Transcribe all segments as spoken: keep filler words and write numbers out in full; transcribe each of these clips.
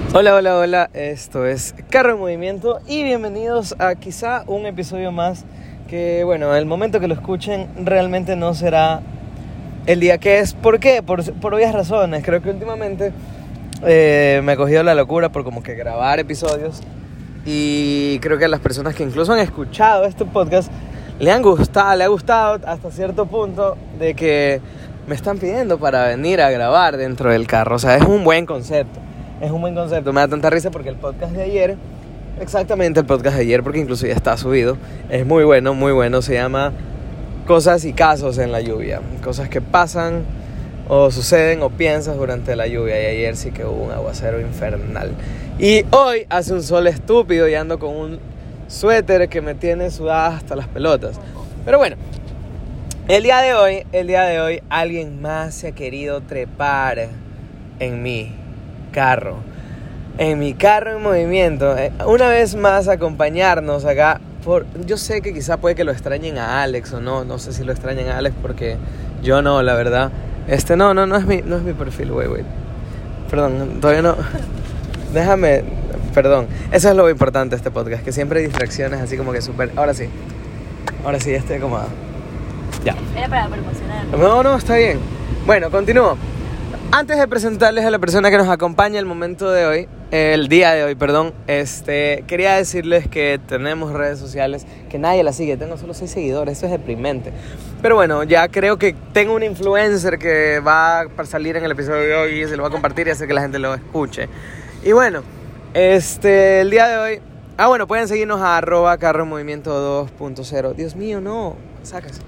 Hola, hola, hola, esto es Carro en Movimiento y bienvenidos a quizá un episodio más que, bueno, el momento que lo escuchen realmente no será el día que es. ¿Por qué? Por, por obvias razones. Creo que últimamente eh, me ha cogido la locura por como que grabar episodios y creo que a las personas que incluso han escuchado este podcast le han gustado, le ha gustado hasta cierto punto de que me están pidiendo para venir a grabar dentro del carro. O sea, es un buen concepto. Es un buen concepto, me da tanta risa porque el podcast de ayer, exactamente el podcast de ayer, porque incluso ya está subido, es muy bueno, muy bueno, se llama Cosas y Casos en la Lluvia. Cosas que pasan o suceden o piensas durante la lluvia. Y ayer sí que hubo un aguacero infernal. Y hoy hace un sol estúpido y ando con un suéter que me tiene sudada hasta las pelotas. Pero bueno, el día de hoy, el día de hoy, alguien más se ha querido trepar en mí. Carro, en mi carro en movimiento, eh, una vez más acompañarnos acá. Por, yo sé que quizá puede que lo extrañen a Alex o no, no sé si lo extrañen a Alex porque yo no, la verdad. Este no, no, no es mi, no es mi perfil, güey, güey. Perdón, todavía no. Déjame, perdón. Eso es lo importante de este podcast, que siempre hay distracciones así como que súper. Ahora sí, ahora sí, ya estoy acomodado. Ya. Era para promocionar. No, no, está bien. Bueno, continúo. Antes de presentarles a la persona que nos acompaña el momento de hoy, el día de hoy, perdón, este, quería decirles que tenemos redes sociales, que nadie las sigue, tengo solo seis seguidores, eso es deprimente. Pero bueno, ya creo que tengo un influencer que va a salir en el episodio de hoy y se lo va a compartir y hacer que la gente lo escuche. Y bueno, este, el día de hoy, ah bueno, pueden seguirnos a arroba carro en movimiento dos punto cero. Dios mío, no, sácase.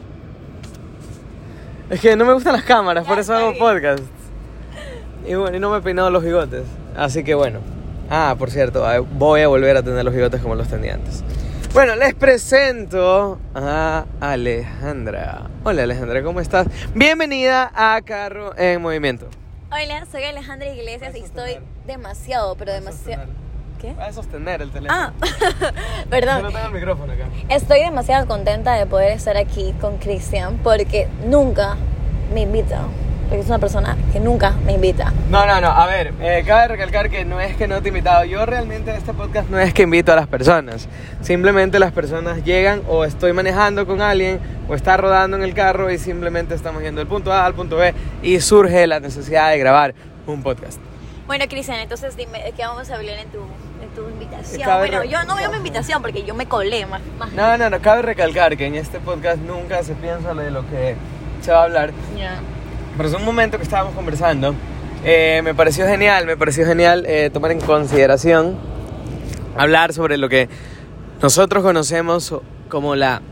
Es que no me gustan las cámaras, por eso hago podcast. Y bueno, y no me he peinado los bigotes. Así que bueno. Ah, por cierto, voy a volver a tener los bigotes como los tenía antes. Bueno, les presento a Alejandra. Hola Alejandra, ¿cómo estás? Bienvenida a Carro en Movimiento. Hola, soy Alejandra Iglesias y estoy demasiado, pero demasiado... ¿Qué? Voy a sostener el teléfono. Ah, perdón. Yo no tengo el micrófono acá. Estoy demasiado contenta de poder estar aquí con Cristian porque nunca me invita. Porque es una persona que nunca me invita. No, no, no, a ver, eh, cabe recalcar que no es que no te he invitado. Yo realmente en este podcast no es que invito a las personas. Simplemente las personas llegan o estoy manejando con alguien o está rodando en el carro y simplemente estamos yendo del punto A al punto B y surge la necesidad de grabar un podcast. Bueno, Cristian, entonces dime, ¿de qué vamos a hablar en tu, en tu invitación? Cabe Bueno, re- yo no veo mi invitación porque yo me colé más. más. No, no, no, cabe recalcar que en este podcast nunca se piensa de lo que se va a hablar. Ya. Pero es un momento que estábamos conversando. Eh, me pareció genial, me pareció genial eh, tomar en consideración hablar sobre lo que nosotros conocemos como la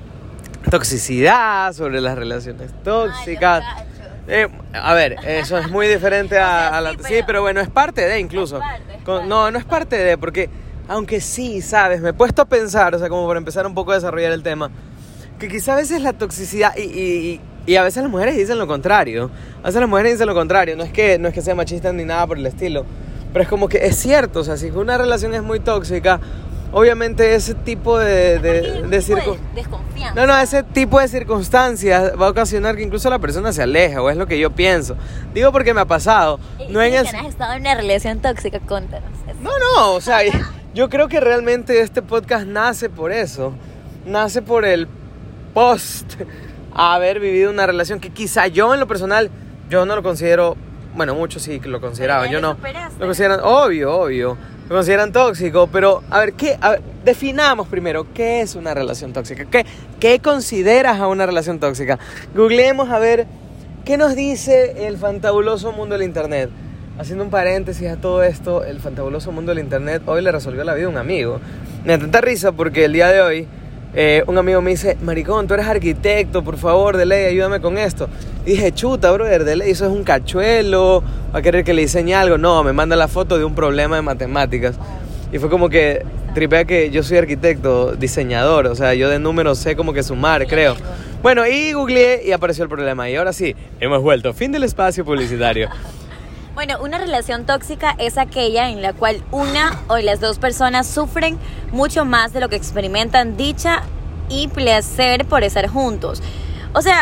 toxicidad, sobre las relaciones tóxicas. Ay, Eh, a ver, eso es muy diferente a, a la... Sí, Sí, pero- pero bueno, es parte de incluso. Es parte, es Con- parte. No, no es parte de, porque aunque sí, ¿sabes? Me he puesto a pensar, o sea, como para empezar un poco a desarrollar el tema, que quizá a veces la toxicidad, y, y, y a veces las mujeres dicen lo contrario, a veces las mujeres dicen lo contrario, no es que, no es que sea machista ni nada por el estilo, pero es como que es cierto, o sea, si una relación es muy tóxica, obviamente ese tipo de, de, de circun- desconfianza. No, no, ese tipo de circunstancias va a ocasionar que incluso la persona se aleje, o es lo que yo pienso. Digo porque me ha pasado. No en el... has estado en una relación tóxica, contanos. No, no, o sea, yo creo que realmente este podcast nace por eso. Nace por el post haber vivido una relación que quizá yo en lo personal, yo no lo considero, bueno, muchos sí que lo consideraban, Pero ya yo lo no. superaste. Lo consideran, obvio, obvio, lo consideran tóxico, pero a ver, ¿qué? A ver, definamos primero, ¿qué es una relación tóxica? ¿Qué, ¿Qué consideras a una relación tóxica? Googleemos a ver qué nos dice el fantabuloso mundo del internet. Haciendo un paréntesis a todo esto, el fantabuloso mundo del internet hoy le resolvió la vida a un amigo. Me da tanta risa porque el día de hoy eh, un amigo me dice, maricón, tú eres arquitecto, por favor, de ley, ayúdame con esto. Y dije, chuta, brother, de ley, eso es un cachuelo, va a querer que le diseñe algo. No, me manda la foto de un problema de matemáticas. Y fue como que tripea que yo soy arquitecto, diseñador, o sea, yo de números sé como que sumar, creo. Bueno, y googleé y apareció el problema. Y ahora sí, hemos vuelto. Fin del espacio publicitario. Bueno, una relación tóxica es aquella en la cual una o las dos personas sufren mucho más de lo que experimentan dicha y placer por estar juntos. O sea,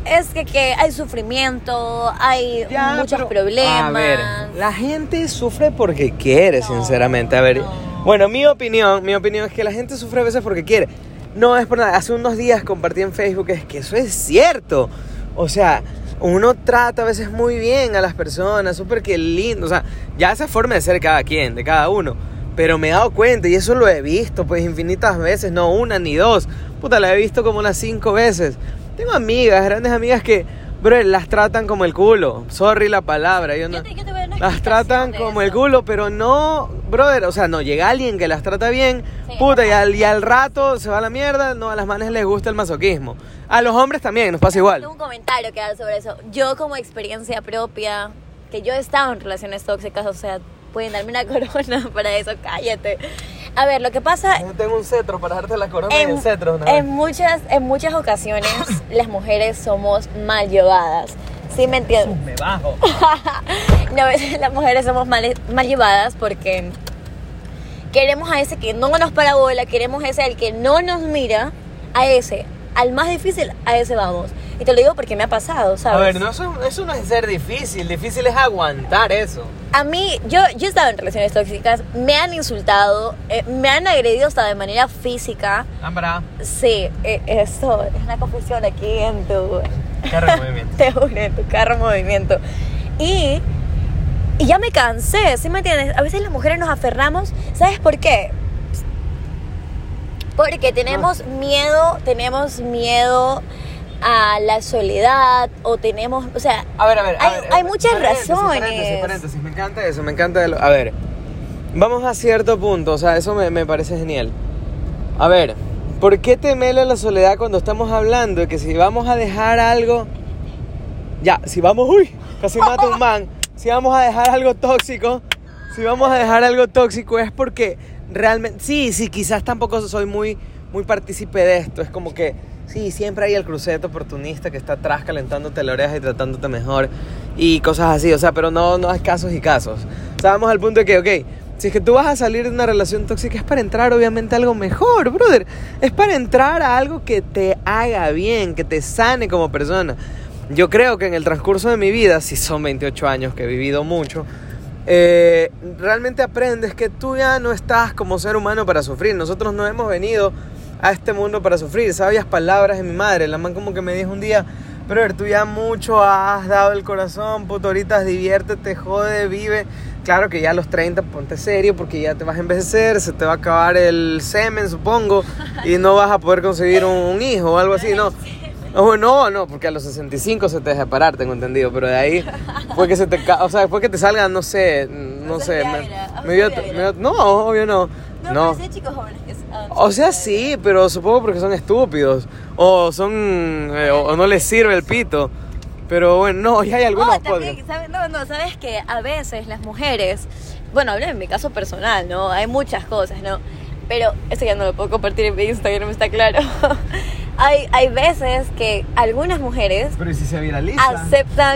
es que, que hay sufrimiento, hay Ya, muchos pero, problemas. A ver, la gente sufre porque quiere, No, sinceramente. A ver, no. bueno, mi opinión, mi opinión es que la gente sufre a veces porque quiere. No es por nada. Hace unos días compartí en Facebook es que eso es cierto. O sea, uno trata a veces muy bien a las personas, súper que lindo. O sea, ya esa forma de ser cada quien, de cada uno. Pero me he dado cuenta, y eso lo he visto pues infinitas veces, no una ni dos. Puta, la he visto como unas cinco veces. Tengo amigas, grandes amigas que, bro, las tratan como el culo. Sorry la palabra, yo no. Yo te- yo te voy a dar una Las tratan explicación de como eso. el culo, pero no, brother, o sea, no, llega alguien que las trata bien, Sí, puta, y ajá. al, y al rato se va a la mierda, no, a las manes les gusta el masoquismo. A los hombres también, nos pasa igual. Tengo un comentario que dar sobre eso. Yo como experiencia propia, que yo he estado en relaciones tóxicas, o sea, pueden darme una corona para eso, cállate. A ver, lo que pasa Yo tengo un cetro para darte la corona y en, el cetro. ¿no? en muchas en muchas ocasiones las mujeres somos mal llevadas. ¿Sí me entiendes? Me bajo. No, a veces las mujeres somos mal, mal llevadas porque queremos a ese que no nos para bola, queremos a ese al que no nos mira, a ese, al más difícil, a ese vamos. Y te lo digo porque me ha pasado, ¿sabes? A ver, no, eso, eso no es ser difícil, difícil es aguantar eso. A mí, yo, yo he estado en relaciones tóxicas, me han insultado, eh, me han agredido hasta de manera física. Ambra, Sí, eh, esto es una confesión aquí en tu... carro en movimiento. Te une en tu carro en movimiento. Y, y ya me cansé, ¿sí me entiendes? A veces las mujeres nos aferramos, ¿sabes por qué? Porque tenemos miedo, tenemos miedo a la soledad o tenemos, o sea, A ver, a ver, a hay, ver, hay eh, muchas paréntesis, razones. Paréntesis, paréntesis, me encanta eso, me encanta lo, a ver, vamos a cierto punto, o sea, eso me, me parece genial. A ver, ¿por qué te mela la soledad cuando estamos hablando de que si vamos a dejar algo, ya, si vamos, uy, casi mato un man, si vamos a dejar algo tóxico, si vamos a dejar algo tóxico es porque realmente, sí, sí, quizás tampoco soy muy, muy partícipe de esto, es como que sí, siempre hay el crucete oportunista que está atrás calentándote la oreja y tratándote mejor y cosas así, o sea, pero no, no hay casos y casos. O sea, vamos al punto de que, ok, si es que tú vas a salir de una relación tóxica es para entrar obviamente a algo mejor, brother. Es para entrar a algo que te haga bien, que te sane como persona. Yo creo que en el transcurso de mi vida, si son veintiocho años que he vivido mucho, eh, realmente aprendes que tú ya no estás como ser humano para sufrir. Nosotros no hemos venido a este mundo para sufrir. Sabias palabras de mi madre. La man como que me dijo un día, brother, tú ya mucho has dado el corazón, puto, ahorita diviértete, jode, vive. Claro que ya a los treinta ponte serio porque ya te vas a envejecer, se te va a acabar el semen, supongo, y no vas a poder conseguir un, un hijo o algo así, ¿no? No, no, no, porque a los sesenta y cinco se te deja parar, tengo entendido, pero de ahí fue que se te, ca- o sea, después que te salgan, no sé, no Usas sé, Viagra, me, usas me dio- Viagra. me dio- no, obvio no, No, no. pero sí hay chicos jóvenes que ah, O sea, sí, pero supongo porque son estúpidos, o son, eh, o, o no les sirve el pito, pero bueno, no, ya hay algunos Oh, también, podcasts. ¿sabes? No, no, sabes que a veces las mujeres, bueno, hablo en mi caso personal, ¿no? Hay muchas cosas, ¿no? Pero esto ya no lo puedo compartir en mi Instagram, está claro. hay, hay veces que algunas mujeres Pero ¿y si se viraliza? aceptan,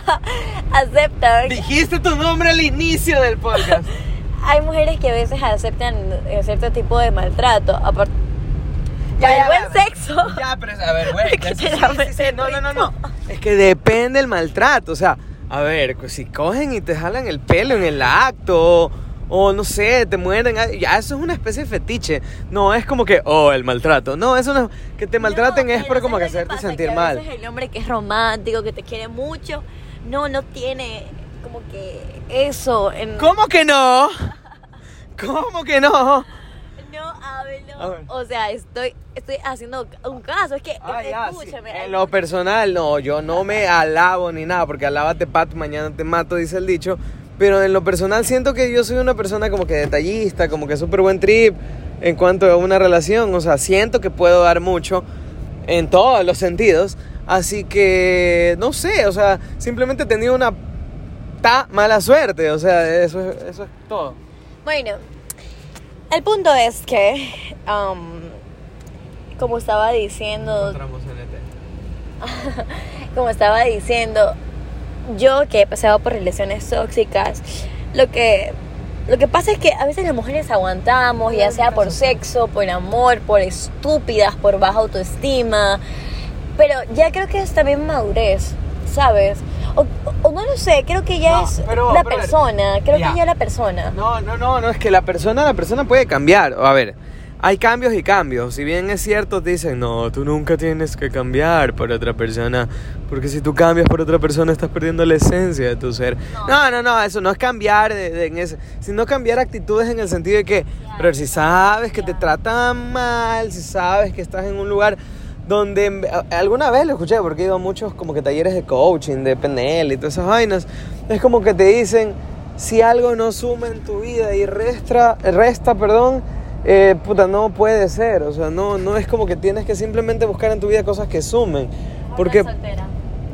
aceptan, Dijiste tu nombre al inicio del podcast. hay mujeres que a veces aceptan eh, cierto tipo de maltrato, aparte Ya, del ya, buen ya, sexo. Ya, pero a ver, güey, Que eso te sí, la sí, sí, meten no, no, no, rico. no. Es que depende el maltrato, o sea, a ver, pues, si cogen y te jalan el pelo en el acto, o, o no sé, te muerden, ya eso es una especie de fetiche. No es como que, oh, el maltrato. No, eso no, que te maltraten No, es pero por como que ¿sabes lo hacerte pasa? sentir Que a mal. veces el hombre que es romántico, que te quiere mucho, no, no tiene como que eso en... ¿Cómo que no? ¿Cómo que no? No, hablo. A ver. O sea, estoy, estoy haciendo un caso. Es que, Ah, ya, sí. escúchame. En lo personal, no, yo no me alabo ni nada, porque alábate pato, mañana te mato, dice el dicho. Pero en lo personal siento que yo soy una persona como que detallista, como que súper buen trip en cuanto a una relación. O sea, siento que puedo dar mucho en todos los sentidos. Así que, no sé, o sea, simplemente he tenido una ta mala suerte. O sea, eso, es- eso es todo. Bueno, el punto es que, um, como estaba diciendo, Encontramos N T. como estaba diciendo, yo que he pasado por relaciones tóxicas, lo que lo que pasa es que a veces las mujeres aguantamos, ya sea por sexo, por amor, por estúpidas, por baja autoestima, Pero ya creo que es también madurez, ¿sabes? O, o, o no lo sé, creo que ya No, es pero- la pero- persona, creo ya. que ya la persona. No, no, no, no, es que la persona, la persona puede cambiar. A ver, hay cambios y cambios. Si bien es cierto, te dicen, no, tú nunca tienes que cambiar por otra persona, porque si tú cambias por otra persona estás perdiendo la esencia de tu ser. No. No, no, no, eso no es cambiar de, de- en ese, sino cambiar actitudes en el sentido de que, pero si sabes que te tratan mal, si sabes que estás en un lugar donde en- a- alguna vez lo escuché porque he ido a muchos como que talleres de coaching, de P N L y todas esas vainas, es como que te dicen, si algo no suma en tu vida y resta, resta, perdón, eh, puta, no puede ser, o sea, no, no es como que tienes que simplemente buscar en tu vida cosas que sumen, porque, Soltera.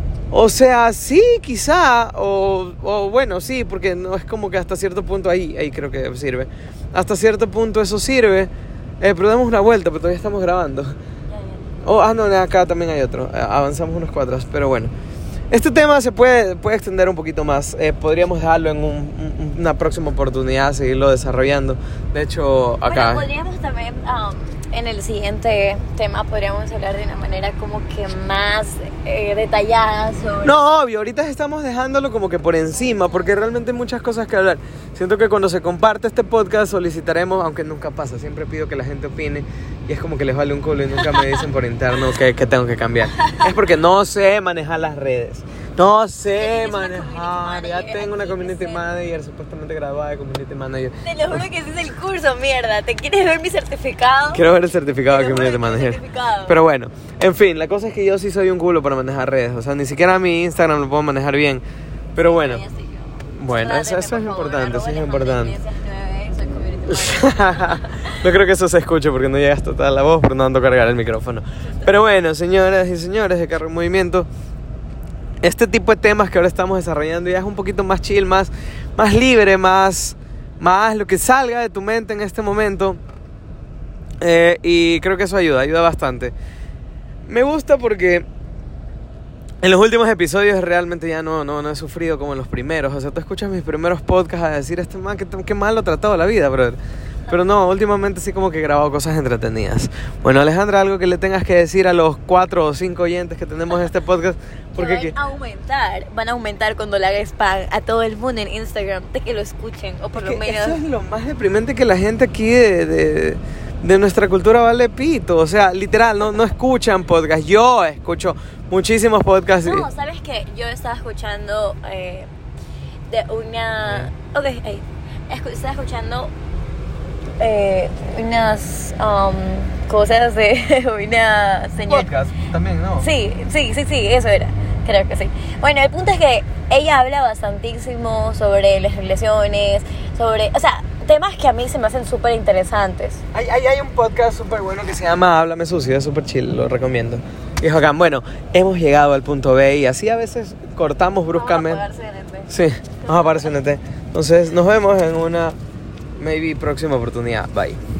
o sea, sí, quizá, o, o bueno, sí, porque no es como que hasta cierto punto ahí, ahí creo que sirve, hasta cierto punto eso sirve, eh, pero damos una vuelta, pero todavía estamos grabando. Ya, ya. Oh, ah, no, acá también hay otro. Eh, Avanzamos unos cuadros, pero bueno. Este tema se puede, puede extender un poquito más. Eh, podríamos dejarlo en un- un- una próxima oportunidad, seguirlo desarrollando. De hecho, acá... Bueno, podríamos también, um, en el siguiente tema, podríamos hablar de una manera como que más eh, detallada sobre... No, obvio, ahorita estamos dejándolo como que por encima, porque realmente hay muchas cosas que hablar. Siento que cuando se comparte este podcast solicitaremos, aunque nunca pasa, siempre pido que la gente opine y es como que les vale un culo y nunca me dicen por interno que, que tengo que cambiar. Es porque no sé manejar las redes. No sé Ya tienes una manejar, community ya manager tengo una aquí community presente. manager, supuestamente graduada de community manager. Te lo juro que ese es el curso, mierda. ¿Te quieres ver mi certificado? Quiero ver el certificado de Te lo juro community que quiero manager. el certificado. Pero bueno, en fin, la cosa es que yo sí soy un culo para manejar redes. O sea, ni siquiera mi Instagram lo puedo manejar bien. Pero bueno, Ya estoy yo. bueno, eso, Tráteme, eso por es favor, importante, arroba sí es Alejandra importante. Iglesias nueve, soy community manager. No creo que eso se escuche porque no llega hasta toda la voz, pero no ando a cargar el micrófono. Pero bueno, señoras y señores de Carro en Movimiento, este tipo de temas que ahora estamos desarrollando ya es un poquito más chill, más, más libre, más, más lo que salga de tu mente en este momento. Eh, y creo que eso ayuda, ayuda bastante. Me gusta porque en los últimos episodios realmente ya no, no, no he sufrido como en los primeros. O sea, tú escuchas mis primeros podcasts a decir, este man, qué, qué mal lo ha tratado la vida, brother. Pero no, últimamente sí como que he grabado cosas entretenidas. Bueno, Alejandra, algo que le tengas que decir a los cuatro o cinco oyentes que tenemos en este podcast. Porque Que ¿qué? van a aumentar, van a aumentar cuando le hagas spam a todo el mundo en Instagram de que lo escuchen o por Es lo que menos eso es lo más deprimente, que la gente aquí de, de, de nuestra cultura vale pito. O sea, literal, no, no escuchan podcast. Yo escucho muchísimos podcasts. y- no, sabes que yo estaba escuchando eh, de una ok, ahí Escu- estaba escuchando eh, unas um, cosas de una señora. Podcast también, ¿no? Sí, sí, sí, sí, eso era. Creo que sí. Bueno, el punto es que ella habla bastantísimo sobre las relaciones, sobre, o sea, temas que a mí se me hacen súper interesantes. Hay, hay, hay un podcast súper bueno que se llama Háblame Sucio, es súper chill, lo recomiendo. Y es bacán. Bueno, hemos llegado al punto B y así a veces cortamos bruscamente. Vamos a apagar C N T. Sí, vamos a parar C N T. Entonces, nos vemos en una maybe próxima oportunidad. Bye.